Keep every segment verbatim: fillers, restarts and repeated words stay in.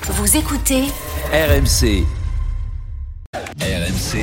Vous écoutez R M C. R M C,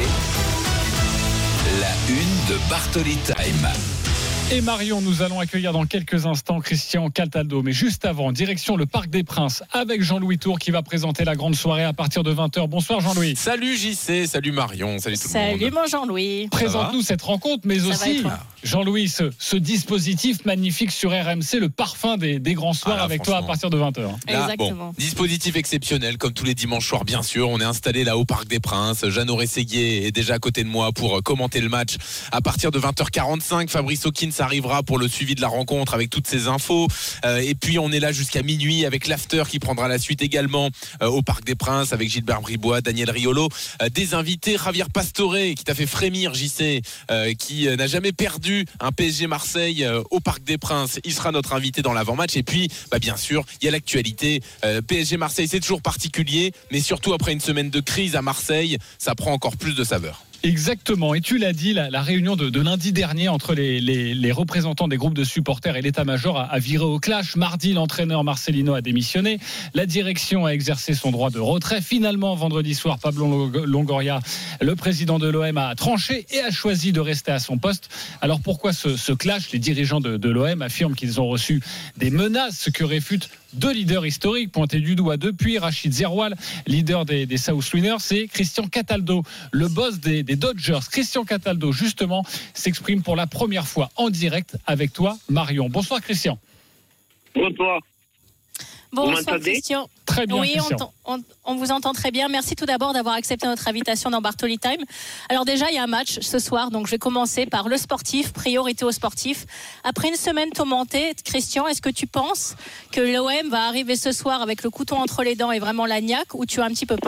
la une de Bartoli Time. Et Marion, nous allons accueillir dans quelques instants Christian Cataldo. Mais juste avant, direction le Parc des Princes avec Jean-Louis Tour qui va présenter la grande soirée à partir de vingt heures. Bonsoir Jean-Louis. Salut J C, salut Marion, salut tout salut le monde. Salut mon Jean-Louis. Présente-nous cette rencontre, mais Ça aussi, Jean-Louis, ce, ce dispositif magnifique sur R M C, le parfum des, des grands soirs ah là, avec toi à partir de vingt heures. Là, Exactement. Bon, dispositif exceptionnel, comme tous les dimanches soirs, bien sûr. On est installé là au Parc des Princes. Jeannot Rességuier est déjà à côté de moi pour commenter le match. À partir de vingt heures quarante-cinq, Fabrice Hawkins arrivera pour le suivi de la rencontre avec toutes ces infos. Euh, et puis, on est là jusqu'à minuit avec l'after qui prendra la suite également euh, au Parc des Princes avec Gilbert Bribois, Daniel Riolo. Euh, des invités, Javier Pastore qui t'a fait frémir, J C, euh, qui euh, n'a jamais perdu un P S G Marseille euh, au Parc des Princes. Il sera notre invité dans l'avant-match. Et puis, bah, bien sûr, il y a l'actualité. Euh, P S G Marseille, c'est toujours particulier, mais surtout après une semaine de crise à Marseille, ça prend encore plus de saveur. Exactement, et tu l'as dit, la, la réunion de, de lundi dernier entre les, les, les représentants des groupes de supporters et l'état-major a, a viré au clash. Mardi, l'entraîneur Marcelino a démissionné, la direction a exercé son droit de retrait. Finalement, vendredi soir, Pablo Longoria, le président de l'O M, a tranché et a choisi de rester à son poste. Alors pourquoi ce, ce clash ? Les dirigeants de, de l'O M affirment qu'ils ont reçu des menaces, ce que réfutent deux leaders historiques pointés du doigt depuis Rachid Zerwal, leader des, des South Winners, et Christian Cataldo, le boss des, des Dodgers. Christian Cataldo, justement, s'exprime pour la première fois en direct avec toi, Marion. Bonsoir Christian. Bonsoir. Bonsoir Christian. Très bien, oui, Christian. On, on, on vous entend très bien. Merci tout d'abord d'avoir accepté notre invitation dans Bartoli Time. Alors déjà, il y a un match ce soir, donc je vais commencer par le sportif, priorité au sportif. Après une semaine tourmentée, Christian, est-ce que tu penses que l'O M va arriver ce soir avec le couteau entre les dents et vraiment la niaque, ou tu as un petit peu peur ?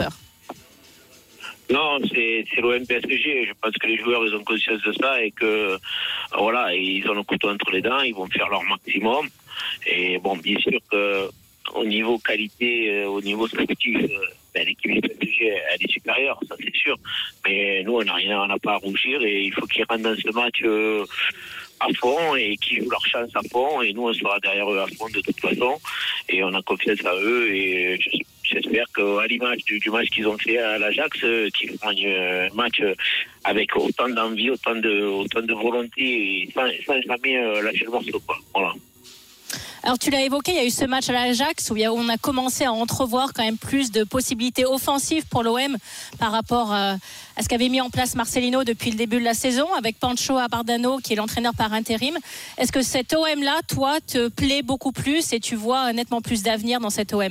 Non, c'est, c'est l'O M P S G. Je pense que les joueurs, ils ont conscience de ça et que, voilà, ils ont le couteau entre les dents, ils vont faire leur maximum. Et bon, bien sûr que au niveau qualité, euh, au niveau sportif, euh, ben, l'équipe du P S G, elle est supérieure, ça c'est sûr. Mais nous, on n'a rien, on n'a pas à rougir et il faut qu'ils rentrent dans ce match euh, à fond et qu'ils jouent leur chance à fond. Et nous, on sera derrière eux à fond de toute façon. Et on a confiance à eux et je, j'espère qu'à l'image du, du match qu'ils ont fait à l'Ajax, euh, qu'ils font un match avec autant d'envie, autant de, autant de volonté et sans, sans jamais euh, lâcher le morceau, quoi. Voilà. Alors tu l'as évoqué, il y a eu ce match à l'Ajax où on a commencé à entrevoir quand même plus de possibilités offensives pour l'O M par rapport à ce qu'avait mis en place Marcelino depuis le début de la saison avec Pancho Abardano qui est l'entraîneur par intérim. Est-ce que cet O M-là, toi, te plaît beaucoup plus et tu vois nettement plus d'avenir dans cet O M ?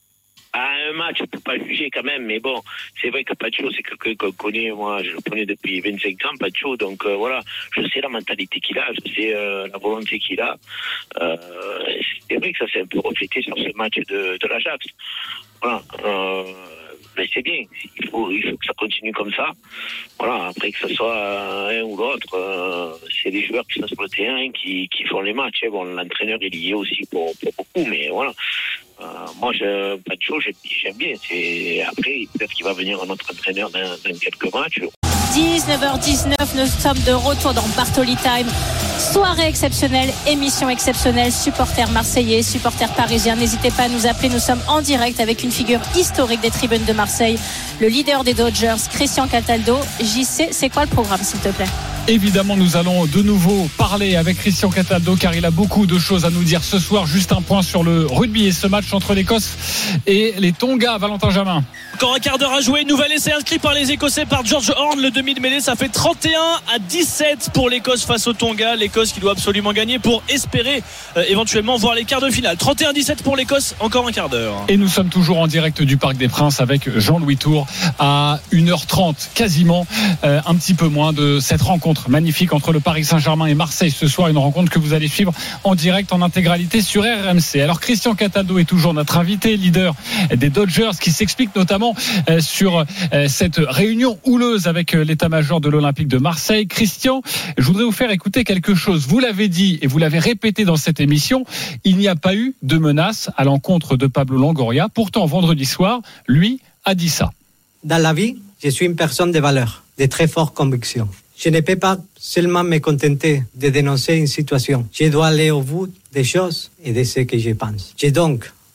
À un match, on ne peut pas juger quand même, mais bon, c'est vrai que Pacho, c'est quelqu'un qu'on connaît, moi, je le connais depuis vingt-cinq ans, Pacho, donc euh, voilà, je sais la mentalité qu'il a, je sais euh, la volonté qu'il a. Euh, c'est vrai que ça s'est un peu reflété sur ce match de, de l'Ajax. Voilà, euh, mais c'est bien, il faut, il faut que ça continue comme ça. Voilà, après que ce soit un ou l'autre, euh, c'est les joueurs qui sont sur le terrain qui, qui font les matchs. Bon, l'entraîneur est lié aussi pour, pour beaucoup, mais voilà. Euh, moi, je, pas de chose, j'aime bien. C'est, après, peut-être qu'il va venir un autre entraîneur dans, dans quelques matchs. dix-neuf heures dix-neuf, nous sommes de retour dans Bartoli Time. Soirée exceptionnelle, émission exceptionnelle, supporters marseillais, supporters parisiens. N'hésitez pas à nous appeler, nous sommes en direct avec une figure historique des tribunes de Marseille, le leader des Dodgers, Christian Cataldo. J C, c'est quoi le programme, s'il te plaît ? Évidemment, nous allons de nouveau parler avec Christian Cataldo car il a beaucoup de choses à nous dire ce soir. Juste un point sur le rugby et ce match entre l'Écosse et les Tonga. Valentin Jamin. Encore un quart d'heure à jouer. Nouvel essai inscrit par les Écossais, par George Horn. Le demi de mêlée, ça fait trente et un à dix-sept pour l'Écosse face aux Tonga. L'Écosse qui doit absolument gagner pour espérer euh, éventuellement voir les quarts de finale. trente et un à dix-sept pour l'Écosse. Encore un quart d'heure. Et nous sommes toujours en direct du Parc des Princes avec Jean-Louis Tour à une heure trente quasiment, euh, un petit peu moins de cette rencontre magnifique entre le Paris Saint-Germain et Marseille ce soir. Une rencontre que vous allez suivre en direct en intégralité sur R M C. Alors Christian Cataldo est toujours notre invité, leader des Dodgers, qui s'explique notamment euh, sur euh, cette réunion houleuse avec euh, l'état-major de l'Olympique de Marseille. Christian, je voudrais vous faire écouter quelque chose. Vous l'avez dit et vous l'avez répété dans cette émission, il n'y a pas eu de menace à l'encontre de Pablo Longoria. Pourtant, vendredi soir, lui a dit ça. Dans la vie, je suis une personne de valeur, de très fortes convictions. Je ne peux pas seulement me contenter de dénoncer une situation. Je dois aller au bout des choses et de ce que je pense. J'ai donc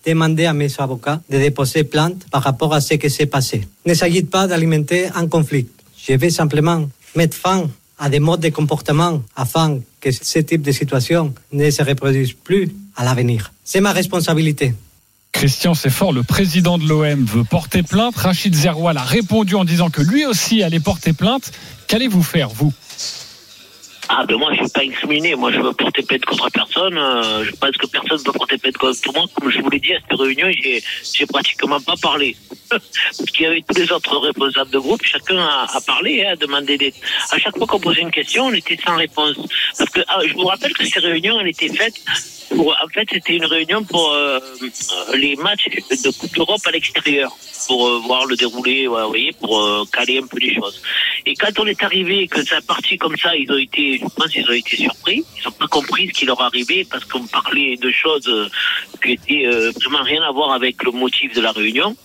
demandé à mes avocats de déposer plainte par rapport à ce qui s'est passé. Il ne s'agit pas d'alimenter un conflit. Je vais simplement mettre fin à des modes de comportement afin que ce type de situation ne se reproduise plus à l'avenir. C'est ma responsabilité. Christian, c'est fort, le président de l'O M veut porter plainte. Rachid Zeroual a répondu en disant que lui aussi allait porter plainte. Qu'allez-vous faire, vous ? Ah ben moi je ne suis pas incriminé, moi je veux porter plainte contre personne, euh, je pense que personne ne peut porter plainte contre moi. Comme je vous l'ai dit à cette réunion, j'ai, j'ai pratiquement pas parlé. Parce qu'il y avait tous les autres responsables de groupe, chacun a, a parlé, hein, a demandé des... À chaque fois qu'on posait une question, on était sans réponse. Parce que ah, je vous rappelle que ces réunions, elles étaient faites pour... En fait, c'était une réunion pour euh, les matchs de Coupe d'Europe à l'extérieur, pour euh, voir le déroulé, ouais, vous voyez, pour euh, caler un peu les choses. Et quand on est arrivé et que ça a parti comme ça, ils ont été, je pense qu'ils ont été surpris. Ils n'ont pas compris ce qui leur arrivait parce qu'on parlait de choses qui étaient euh, vraiment rien à voir avec le motif de la réunion.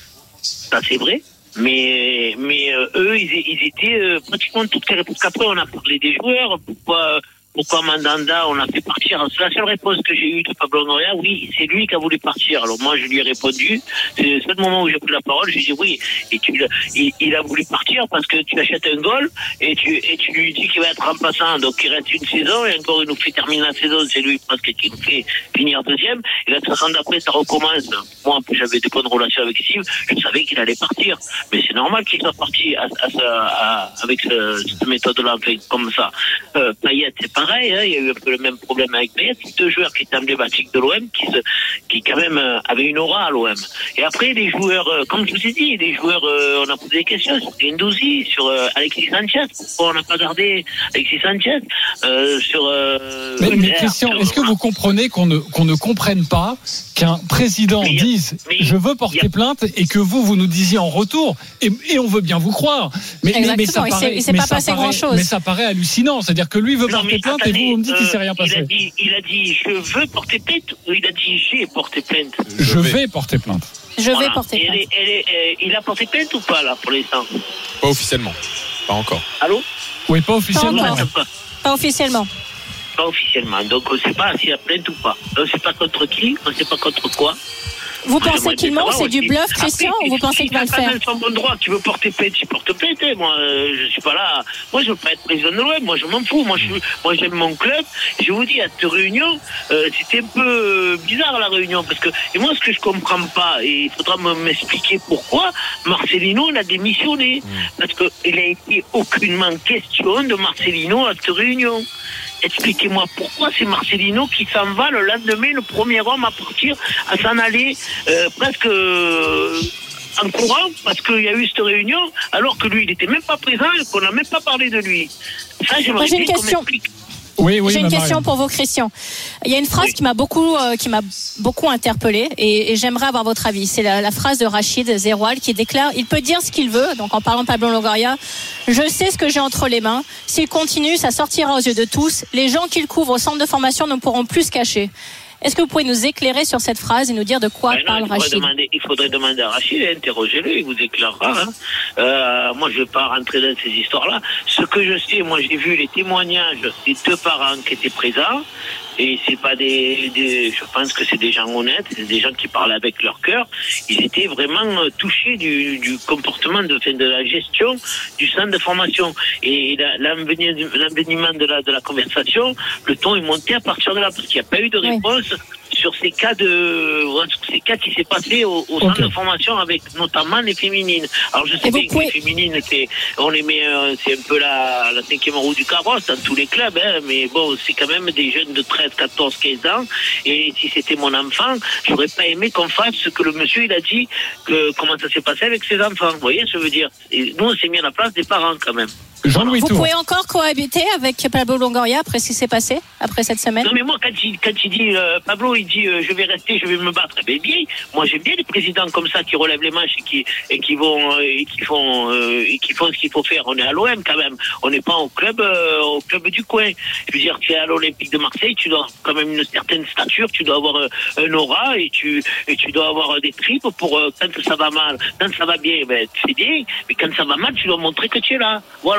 Ça, c'est vrai. Mais, mais euh, eux, ils, ils étaient euh, pratiquement toutes les réponses. Qu'après, on a parlé des joueurs. Pourquoi, pourquoi Mandanda, on l'a fait partir. C'est la seule réponse que j'ai eue de Pablo Longoria. Oui, c'est lui qui a voulu partir. Alors moi, je lui ai répondu. C'est le seul moment où j'ai pris la parole. J'ai dit oui. Et tu, il, il a voulu partir parce que tu achètes un goal et tu, et tu lui dis qu'il va être remplaçant. Donc il reste une saison et encore il nous fait terminer la saison. C'est lui presque qui nous fait finir deuxième. Et la saison d'après, ça recommence. Moi, en plus, j'avais des bonnes relations avec Steve. Je savais qu'il allait partir. Mais c'est normal qu'il soit parti à, à, à, à, avec ce, cette méthode-là, comme ça. Euh, Payet, c'est pareil. Hein, il y a eu un peu le même problème avec Payet. C'est deux joueurs qui étaient emblématiques de l'O M qui, se, qui quand même euh, avaient une aura à l'O M. Et après, les joueurs, euh, comme je vous ai dit, les joueurs, euh, on a posé des questions sur Guendouzi, sur euh, Alexis Sanchez. Pourquoi on n'a pas gardé Alexis Sanchez euh, sur. Euh, mais, mais Christian, sur, est-ce que vous comprenez qu'on ne, qu'on ne comprenne pas qu'un président mais, dise mais, je veux porter a... plainte et que vous, vous nous disiez en retour et, et on veut bien vous croire. Mais, mais, mais ça paraît, il s'est pas passé grand-chose. Mais ça paraît hallucinant. C'est-à-dire que lui veut non, porter plainte attendez, et vous, vous me dites qu'il ne s'est rien passé. Il a, dit, il a dit je veux porter plainte ou il a dit j'ai porté plainte. Je, je vais. vais porter plainte. Je voilà. vais porter plainte. Elle est, elle est, elle, il a porté plainte ou pas là pour l'instant? Pas officiellement. Pas encore. Allô? Oui, pas officiellement. Pas, ouais. pas officiellement. Pas officiellement. Donc on ne sait pas s'il y a plainte ou pas. On ne sait pas contre qui, on ne sait pas contre quoi. Vous moi, pensez qu'il ment, c'est aussi. Du bluff, Christian, après, ou vous pensez qu'il va le faire? Si son bon droit, tu veux porter plainte, tu portes plainte. Hein. Moi, euh, je suis pas là. Moi, je veux pas être président de l'O M. Moi, je m'en fous. Moi, je, moi, j'aime mon club. Je vous dis, à cette réunion, euh, c'était un peu bizarre la réunion, parce que et moi, ce que je comprends pas, et il faudra m'expliquer pourquoi Marcelino l'a démissionné, mmh. parce que il a été aucunement question de Marcelino à cette réunion. Expliquez-moi pourquoi c'est Marcelino qui s'en va le lendemain, le premier homme à partir, à s'en aller euh, presque euh, en courant, parce qu'il y a eu cette réunion, alors que lui, il n'était même pas présent et qu'on n'a même pas parlé de lui. Ça, j'aimerais bien qu'on m'explique. Oui, oui, J'ai une question pour vous, Christian. Il y a une phrase oui. qui m'a beaucoup, euh, qui m'a beaucoup interpellée et, et j'aimerais avoir votre avis. C'est la, la phrase de Rachid Zeroual qui déclare: il peut dire ce qu'il veut. Donc, en parlant de Pablo Longoria, je sais ce que j'ai entre les mains. S'il continue, ça sortira aux yeux de tous. Les gens qu'il couvre au centre de formation ne pourront plus se cacher. Est-ce que vous pouvez nous éclairer sur cette phrase et nous dire de quoi ben parle non, il Rachid demander, Il faudrait demander à Rachid, interrogez-le, il vous éclairera. Hein. Euh, moi, je ne vais pas rentrer dans ces histoires-là. Ce que je sais, moi, j'ai vu les témoignages des deux parents qui étaient présents. Et c'est pas des, des, je pense que c'est des gens honnêtes, c'est des gens qui parlent avec leur cœur. Ils étaient vraiment touchés du, du comportement de, de la gestion du centre de formation. Et l'envenimement de la, de la conversation, le ton est monté à partir de là, parce qu'il n'y a pas eu de réponse. Oui. Sur ces cas de, sur ces cas qui s'est passé au, au centre okay. de formation avec notamment les féminines. Alors je sais bien que pouvez... les féminines, c'est, on les met, c'est un peu la, la cinquième roue du carrosse dans tous les clubs, hein, mais bon, c'est quand même des jeunes de treize, quatorze, quinze ans. Et si c'était mon enfant, j'aurais pas aimé qu'on fasse ce que le monsieur il a dit, que comment ça s'est passé avec ses enfants. Vous voyez, je veux dire. Et nous, on s'est mis à la place des parents quand même. Jean-Louis Vous Tour. pouvez encore cohabiter avec Pablo Longoria après ce qui s'est passé, après cette semaine? Non mais moi quand il, quand il dit euh, Pablo il dit euh, je vais rester, je vais me battre, ben bien, moi j'aime bien les présidents comme ça qui relèvent les manches et qui et qui vont euh, et qui font euh, et qui font ce qu'il faut faire. On est à l'O M quand même, on n'est pas au club euh, au club du coin. Je veux dire, tu es à l'Olympique de Marseille, tu dois avoir quand même une certaine stature, tu dois avoir euh, un aura et tu et tu dois avoir euh, des tripes pour euh, quand ça va mal, quand ça va bien, ben c'est bien, mais quand ça va mal, tu dois montrer que tu es là. Voilà.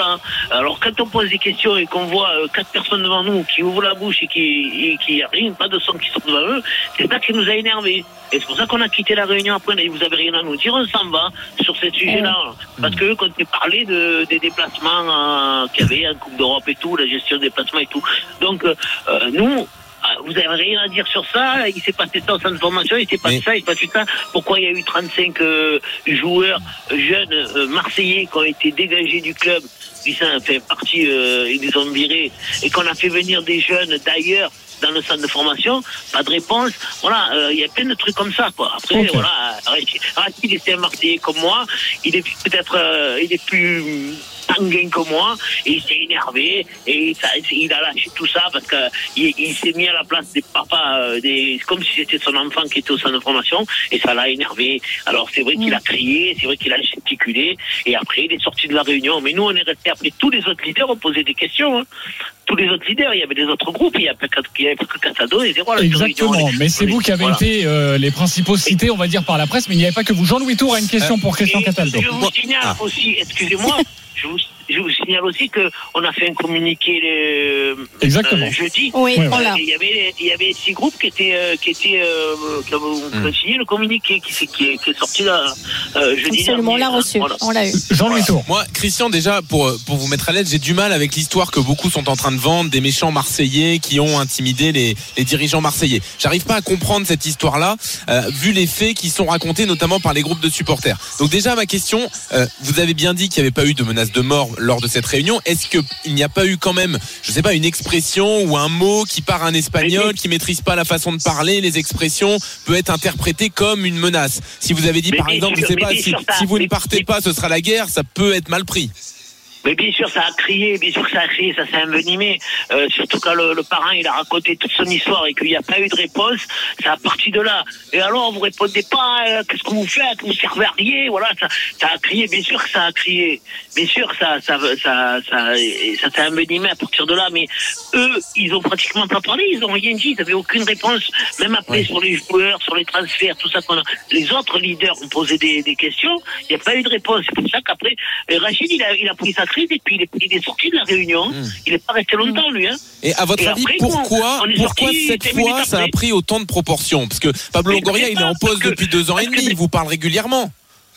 pas. Alors quand on pose des questions et qu'on voit euh, quatre personnes devant nous qui ouvrent la bouche et qui et qui y a rien, pas de son qui sort devant eux, c'est ça qui nous a énervés. Et c'est pour ça qu'on a quitté la réunion après. On a dit, vous avez rien à nous dire, on s'en va sur ces sujets-là. Parce que quand on parlait de, des déplacements euh, qu'il y avait en Coupe d'Europe et tout, la gestion des déplacements et tout. Donc euh, nous, vous n'avez rien à dire sur ça. Il s'est passé ça au centre de formation, il s'est passé Mais... ça, il s'est passé ça. Pourquoi il y a eu trente-cinq euh, joueurs jeunes euh, marseillais qui ont été dégagés du club, ils sont fait partie, euh, ils les ont virés, et qu'on a fait venir des jeunes d'ailleurs dans le centre de formation, pas de réponse. Voilà, il euh, y a plein de trucs comme ça, quoi. Après, okay. voilà, Rachid était un Marseillais comme moi, il est peut-être, euh, il est plus sanguin que moi, et il s'est énervé, et ça, il a lâché tout ça parce que il, il s'est mis à la place des papas, euh, des, comme si c'était son enfant qui était au centre de formation, et ça l'a énervé. Alors c'est vrai qu'il a crié, c'est vrai qu'il a gesticulé, et après il est sorti de la réunion. Mais nous, on est resté après, tous les autres leaders ont posé des questions, hein. Tous les autres leaders, il y avait des autres groupes, il n'y avait pas que Casado et voilà. Exactement, réunion, mais c'est vous qui avez voilà. été euh, les principaux cités, on va dire, par la presse, mais il n'y avait pas que vous. Jean-Louis Tour a une question euh, pour Christian Cataldo. Je vous signale ah. aussi, excusez-moi, je vous, je vous signale aussi qu'on a fait un communiqué le euh, jeudi. Oui, euh, voilà. Il y avait, il y avait six groupes qui étaient, euh, qui étaient, euh, qui ont hum. signé le communiqué, qui, qui, est, qui est sorti là euh, jeudi. Absolument, on l'a reçu, voilà. on l'a eu. Jean-Louis Tour. Moi, Christian, déjà, pour, pour vous mettre à l'aise, j'ai du mal avec l'histoire que beaucoup sont en train de vendre des méchants Marseillais qui ont intimidé les, les dirigeants marseillais. J'arrive pas à comprendre cette histoire-là, euh, vu les faits qui sont racontés, notamment par les groupes de supporters. Donc déjà, ma question, euh, vous avez bien dit qu'il n'y avait pas eu de menace de mort lors de cette réunion. Est-ce qu'il n'y a pas eu quand même, je sais pas, une expression ou un mot qui part un espagnol, qui maîtrise pas la façon de parler, les expressions, peut être interprété comme une menace? Si vous avez dit, par exemple, je sais pas, si, si vous ne partez pas, ce sera la guerre, ça peut être mal pris. Mais bien sûr, ça a crié, bien sûr que ça a crié, ça s'est envenimé. Euh, surtout quand le, le parrain, il a raconté toute son histoire et qu'il n'y a pas eu de réponse, ça a parti de là. Et alors, vous répondez pas, euh, qu'est-ce que vous faites, vous servez à rien, voilà, ça, ça a crié, bien sûr que ça a crié. Bien sûr que ça, ça, ça, ça, ça s'est envenimé à partir de là. Mais eux, ils ont pratiquement pas parlé, ils ont rien dit, ils n'avaient aucune réponse. Même après, ouais. sur les joueurs, sur les transferts, tout ça qu'on a. Les autres leaders ont posé des, des questions, il n'y a pas eu de réponse. C'est pour ça qu'après, Rachid, il a, il a pris sa crise et puis il est, il est sorti de la réunion. Mmh. Il n'est pas resté longtemps, lui. Hein. Et à votre et avis, après, pourquoi, on, on pourquoi cette fois ça a pris autant de proportions? Parce que Pablo Longoria, il est en pause depuis deux ans et demi, il vous parle régulièrement.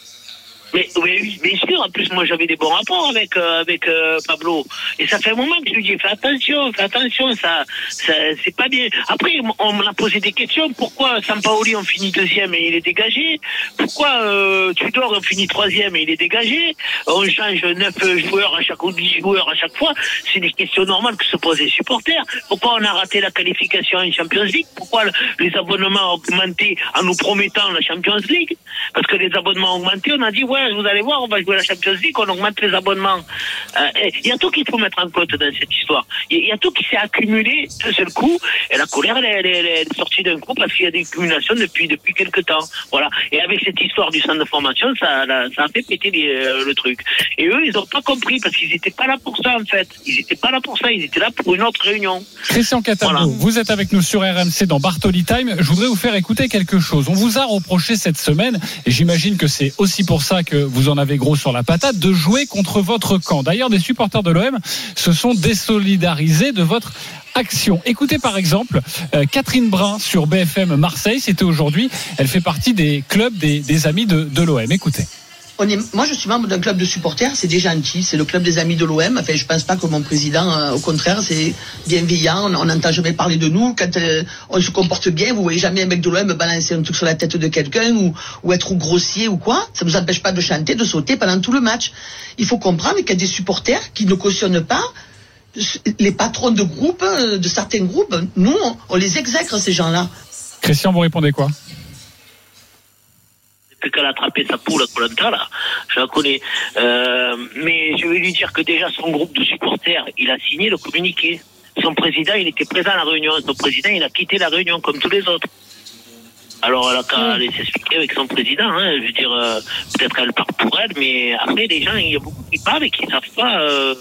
Mais oui, bien sûr. En plus, moi, j'avais des bons rapports avec euh, avec euh, Pablo. Et ça fait un moment que je lui dis, fais attention, fais attention, ça, ça c'est pas bien. Après, on m'a posé des questions. Pourquoi Sampaoli on finit deuxième et il est dégagé? Pourquoi euh, Tudor on finit troisième et il est dégagé? On change neuf joueurs à chaque ou dix joueurs à chaque fois. C'est des questions normales que se posent les supporters. Pourquoi on a raté la qualification en Champions League? Pourquoi les abonnements ont augmenté en nous promettant la Champions League? Parce que les abonnements ont augmenté, on a dit ouais. Vous allez voir, on va jouer la Champions League, on augmente les abonnements. Il euh, y a tout qu'il faut mettre en compte dans cette histoire. Il y, y a tout qui s'est accumulé d'un seul coup, et la colère, elle, elle, elle est sortie d'un coup parce qu'il y a des accumulations depuis depuis quelques temps. Voilà. Et avec cette histoire du centre de formation, ça, ça a fait péter les, euh, le truc. Et eux, ils n'ont pas compris parce qu'ils n'étaient pas là pour ça en fait. Ils n'étaient pas là pour ça, ils étaient là pour une autre réunion. Christian Cataldo, voilà. Vous êtes avec nous sur R M C dans Bartoli Time. Je voudrais vous faire écouter quelque chose. On vous a reproché cette semaine, et j'imagine que c'est aussi pour ça que vous en avez gros sur la patate, de jouer contre votre camp. D'ailleurs, des supporters de l'O M se sont désolidarisés de votre action. Écoutez par exemple euh, Catherine Brun sur B F M Marseille, c'était aujourd'hui, elle fait partie des clubs des, des amis de, de l'O M. Écoutez. On est, moi, je suis membre d'un club de supporters, c'est déjà gentil, c'est le club des amis de l'O M. Enfin, je pense pas que mon président, euh, au contraire, c'est bienveillant, on n'entend jamais parler de nous. Quand euh, on se comporte bien, vous voyez jamais un mec de l'O M balancer un truc sur la tête de quelqu'un ou, ou être grossier ou quoi. Ça nous empêche pas de chanter, de sauter pendant tout le match. Il faut comprendre qu'il y a des supporters qui ne cautionnent pas les patrons de groupes, de certains groupes. Nous, on, on les exècre, ces gens-là. Christian, vous répondez quoi? Qu'elle a attrapé sa poule à Koh-Lanta, là, je la connais. Euh, mais je vais lui dire que déjà son groupe de supporters, il a signé le communiqué. Son président, il était présent à la réunion. Son président, il a quitté la réunion comme tous les autres. Alors elle a qu'à aller s'expliquer avec son président. Hein. Je veux dire, euh, peut-être qu'elle part pour elle, mais après les gens, il y a beaucoup qui parlent et qui ne savent pas. Euh,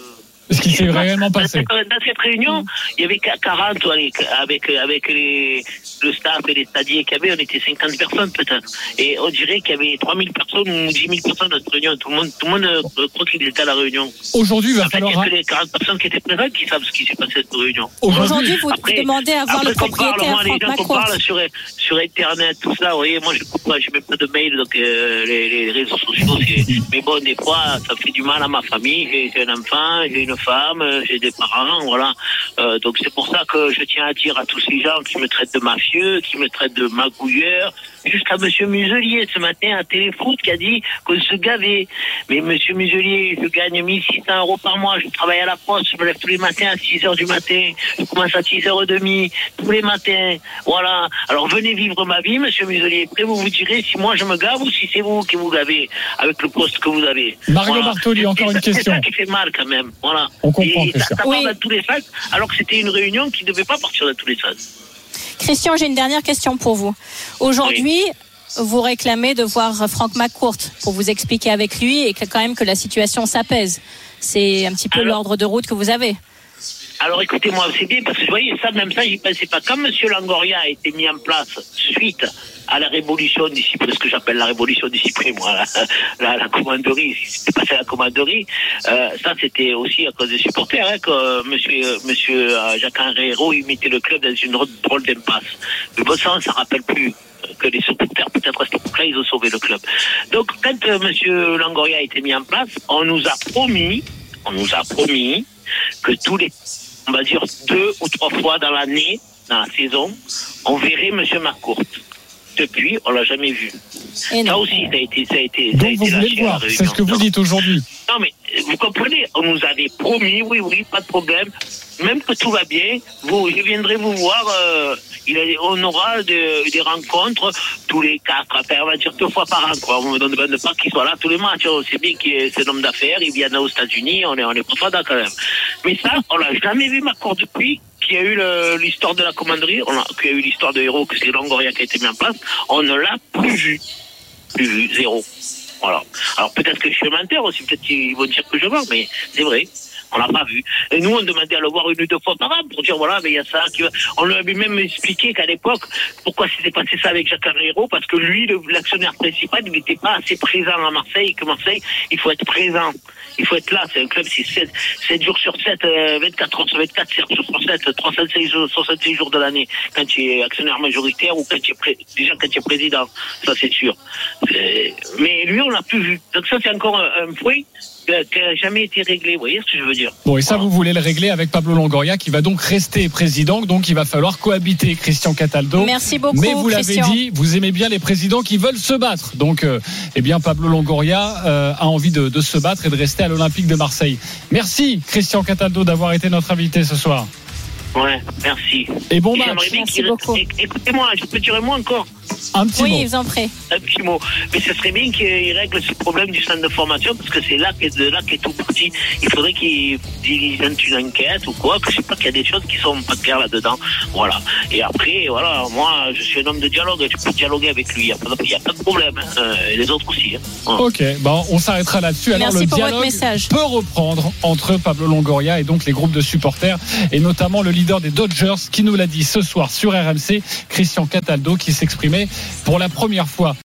Ce qui s'est réellement passé. Dans, dans cette réunion, il y avait quarante, allez, avec, avec les, le staff et les stadiers qu'il y avait, on était cinquante personnes peut-être. Et on dirait qu'il y avait trois mille personnes ou dix mille personnes dans cette réunion. Tout le monde, tout le monde euh, croit qu'il était à la réunion. Aujourd'hui, il va en fait, falloir. Il n'y a que les quarante personnes qui étaient présentes qui savent ce qui s'est passé à cette réunion. Aujourd'hui, vous après, demandez à voir le propriétaire parle, moi, les Franck gens qu'on McCourt. parle sur, sur Internet, tout ça, vous voyez, moi je coupe pas, je mets pas de mail, donc euh, les, les réseaux sociaux, c'est... mais bon, des fois, ça fait du mal à ma famille. J'ai, j'ai un enfant, j'ai une femme, j'ai des parents, voilà. Euh, donc c'est pour ça que je tiens à dire à tous ces gens qui me traitent de mafieux, qui me traitent de magouilleur, jusqu'à Monsieur Muselier ce matin à Téléfoot qui a dit qu'on se gavait. Mais Monsieur Muselier, je gagne mille six cents euros par mois, je travaille à la poste, je me lève tous les matins à six heures du matin, je commence à six heures trente tous les matins, voilà. Alors venez vivre ma vie, Monsieur Muselier. Après vous vous direz si moi je me gave ou si c'est vous qui vous gavez avec le poste que vous avez. Mario voilà. Bartoli, encore et une ça, question. C'est ça qui fait mal quand même, voilà. On comprend, et ça, ça part oui. dans tous les sens, alors que c'était une réunion qui ne devait pas partir dans tous les sens. Christian, j'ai une dernière question pour vous. Aujourd'hui, oui. vous réclamez de voir Franck McCourt pour vous expliquer avec lui et que quand même que la situation s'apaise. C'est un petit peu alors, l'ordre de route que vous avez. Alors écoutez-moi, c'est bien parce que vous voyez ça, même ça, j'y pensais pas. Quand M. Longoria a été mis en place suite à la révolution discipline, ce que j'appelle la révolution discipline, moi, la, la, la commanderie, c'est passé à la commanderie, euh, ça c'était aussi à cause des supporters, hein, que monsieur, monsieur Jacques-Henri Hérault, il mettait le club dans une drôle d'impasse. Mais bon, ça, ça rappelle plus que les supporters, peut-être à cette époque-là, ils ont sauvé le club. Donc, quand euh, monsieur Longoria a été mis en place, on nous a promis, on nous a promis que tous les, on va dire, deux ou trois fois dans l'année, dans la saison, on verrait monsieur McCourt. Depuis, on l'a jamais vu. Et ça aussi, ça a été, ça a été, donc ça a vous été voulez le voir, c'est ce que vous dites aujourd'hui. Non, mais vous comprenez, on nous avait promis, oui, oui, pas de problème. Même que tout va bien, vous, je viendrai vous voir. Euh, il a, on aura de, des rencontres tous les quatre, enfin, on va dire deux fois par an, quoi. On ne me demande pas qu'il soit là tous les matchs. On sait bien qu'il est, c'est un homme d'affaires, il vient aux États-Unis, on est, on est pas fada quand même. Mais ça, on l'a jamais vu McCourt depuis qu'il y a eu le, l'histoire de la commanderie, on a, qu'il y a eu l'histoire de Hérault, que c'est Longoria qui a été mis en place. On ne l'a plus vu, plus vu, zéro. Voilà. Alors peut-être que je suis menteur aussi, peut-être qu'ils vont dire que je mens, mais c'est vrai. On l'a pas vu. Et nous, on demandait à le voir une ou deux fois par an pour dire, voilà, mais il y a ça qui va... On lui avait même expliqué qu'à l'époque, pourquoi s'était passé ça avec Jacques-Henri Hérault, parce que lui, le, l'actionnaire principal, il n'était pas assez présent à Marseille, que Marseille, il faut être présent. Il faut être là. C'est un club, c'est sept jours sur sept, vingt-quatre heures sur vingt-quatre, sept jours sur sept, trois cent soixante-seize jours de l'année, quand tu es actionnaire majoritaire ou quand tu es pré... déjà quand tu es président. Ça, c'est sûr. C'est... Mais lui, on l'a plus vu. Donc ça, c'est encore un, un point qui n'a jamais été réglé. Vous voyez ce que je veux dire? Bon, et ça, voilà. Vous voulez le régler avec Pablo Longoria, qui va donc rester président. Donc, il va falloir cohabiter, Christian Cataldo. Merci beaucoup, Mais vous Christian. l'avez dit, vous aimez bien les présidents qui veulent se battre. Donc, euh, eh bien, Pablo Longoria euh, a envie de, de se battre et de rester à l'Olympique de Marseille. Merci, Christian Cataldo, d'avoir été notre invité ce soir. Ouais, merci. Et bon match. Merci beaucoup. Écoutez-moi, je peux dire moi encore un petit oui, mot. Oui, vous en prie. Un petit mot. Mais ce serait bien qu'il règle ce problème du centre de formation, parce que c'est là qu'est, de là qu'est tout parti. Il faudrait qu'il dirige une enquête ou quoi, que je sais pas, qu'il y a des choses qui sont pas claires là-dedans. Voilà. Et après, voilà, moi, je suis un homme de dialogue, je peux dialoguer avec lui. Il n'y a, a pas de problème. Hein. Et les autres aussi. Hein. Voilà. Ok, bon, on s'arrêtera là-dessus. Alors, merci le pour dialogue votre message. Peut reprendre entre Pablo Longoria et donc les groupes de supporters, et notamment le leader des Dodgers, qui nous l'a dit ce soir sur R M C, Christian Cataldo, qui s'exprimait pour la première fois